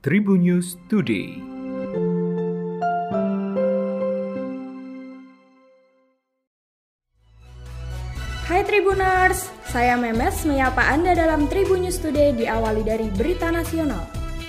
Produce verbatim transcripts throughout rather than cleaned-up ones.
Tribun News Today. Hai Tribuners, saya Memes menyapa Anda dalam Tribun News Today diawali dari berita nasional.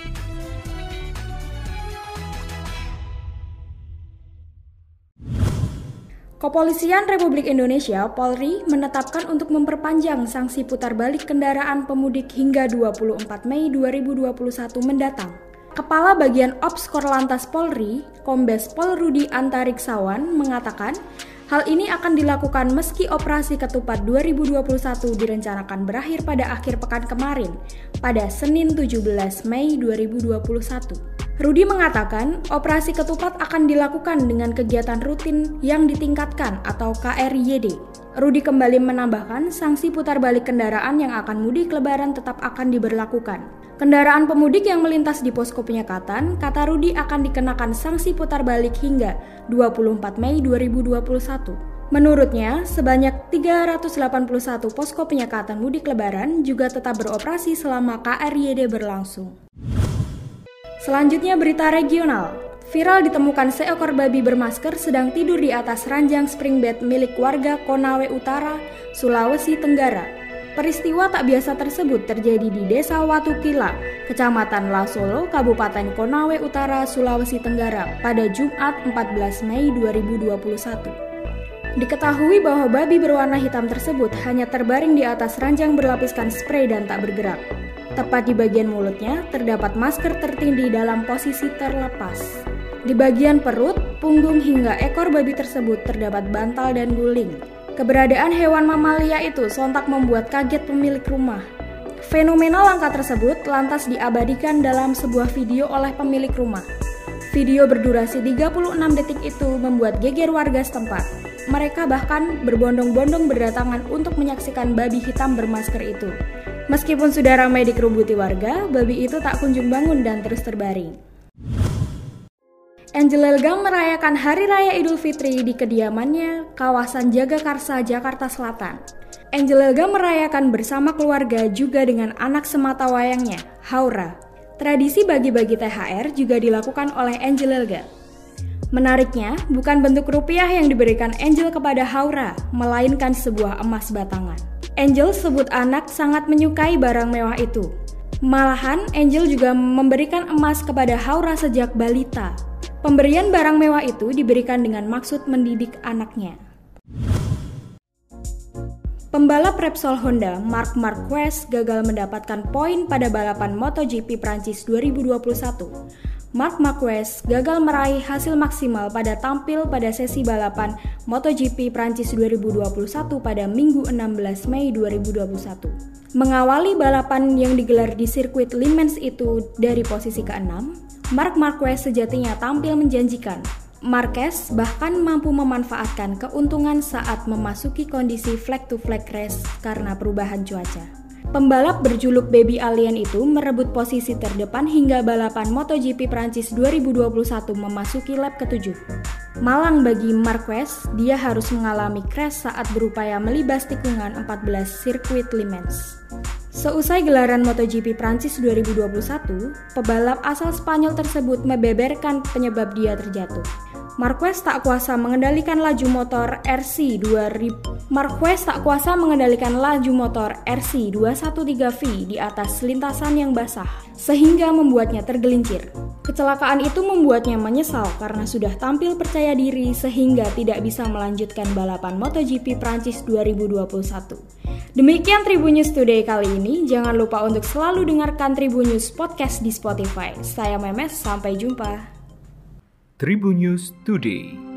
Kepolisian Republik Indonesia, Polri, menetapkan untuk memperpanjang sanksi putar balik kendaraan pemudik hingga dua puluh empat Mei dua ribu dua puluh satu mendatang. Kepala Bagian Ops Korlantas Polri, Kombes Pol Rudi Antariksawan, mengatakan hal ini akan dilakukan meski operasi ketupat dua ribu dua puluh satu direncanakan berakhir pada akhir pekan kemarin, pada Senin tujuh belas Mei dua ribu dua puluh satu. Rudi mengatakan operasi ketupat akan dilakukan dengan kegiatan rutin yang ditingkatkan atau K R Y D. Rudi kembali menambahkan sanksi putar balik kendaraan yang akan mudik lebaran tetap akan diberlakukan. Kendaraan pemudik yang melintas di posko penyekatan, kata Rudi, akan dikenakan sanksi putar balik hingga dua puluh empat Mei dua ribu dua puluh satu. Menurutnya, sebanyak tiga ratus delapan puluh satu posko penyekatan mudik lebaran juga tetap beroperasi selama K R Y D berlangsung. Selanjutnya berita regional. Viral ditemukan seekor babi bermasker sedang tidur di atas ranjang spring bed milik warga Konawe Utara, Sulawesi Tenggara. Peristiwa tak biasa tersebut terjadi di Desa Watukila, Kecamatan Lasolo, Kabupaten Konawe Utara, Sulawesi Tenggara pada Jumat empat belas Mei dua ribu dua puluh satu. Diketahui bahwa babi berwarna hitam tersebut hanya terbaring di atas ranjang berlapiskan spray dan tak bergerak. Tepat di bagian mulutnya, terdapat masker tertindih dalam posisi terlepas. Di bagian perut, punggung hingga ekor babi tersebut terdapat bantal dan guling. Keberadaan hewan mamalia itu sontak membuat kaget pemilik rumah. Fenomena langka tersebut lantas diabadikan dalam sebuah video oleh pemilik rumah. Video berdurasi tiga puluh enam detik itu membuat geger warga setempat. Mereka bahkan berbondong-bondong berdatangan untuk menyaksikan babi hitam bermasker itu. Meskipun sudah ramai dikerubuti warga, babi itu tak kunjung bangun dan terus terbaring. Angel Elga merayakan Hari Raya Idul Fitri di kediamannya, kawasan Jagakarsa, Jakarta Selatan. Angel Elga merayakan bersama keluarga juga dengan anak sematawayangnya, Haura. Tradisi bagi-bagi T H R juga dilakukan oleh Angel Elga. Menariknya, bukan bentuk rupiah yang diberikan Angel kepada Haura, melainkan sebuah emas batangan. Angel sebut anak sangat menyukai barang mewah itu. Malahan, Angel juga memberikan emas kepada Haura sejak balita. Pemberian barang mewah itu diberikan dengan maksud mendidik anaknya. Pembalap Repsol Honda, Marc Marquez, gagal mendapatkan poin pada balapan MotoGP Prancis dua ribu dua puluh satu. Marc Marquez gagal meraih hasil maksimal pada tampil pada sesi balapan MotoGP Prancis dua ribu dua puluh satu pada Minggu enam belas Mei dua ribu dua puluh satu. Mengawali balapan yang digelar di sirkuit Le Mans itu dari posisi keenam, Marc Marquez sejatinya tampil menjanjikan. Marquez bahkan mampu memanfaatkan keuntungan saat memasuki kondisi flag-to-flag race karena perubahan cuaca. Pembalap berjuluk Baby Alien itu merebut posisi terdepan hingga balapan MotoGP Prancis dua ribu dua puluh satu memasuki lap ketujuh. Malang bagi Marquez, dia harus mengalami crash saat berupaya melibas tikungan empat belas sirkuit Le Mans. Seusai gelaran MotoGP Prancis dua ribu dua puluh satu, pebalap asal Spanyol tersebut membeberkan penyebab dia terjatuh. Marquez tak kuasa mengendalikan laju motor R C dua ribu Marquez tak kuasa mengendalikan laju motor R C dua satu tiga V di atas lintasan yang basah, sehingga membuatnya tergelincir. Kecelakaan itu membuatnya menyesal karena sudah tampil percaya diri sehingga tidak bisa melanjutkan balapan MotoGP Prancis dua ribu dua puluh satu. Demikian Tribun News Today kali ini. Jangan lupa untuk selalu dengarkan Tribun News Podcast di Spotify. Saya Memes, sampai jumpa. Tribun News Today.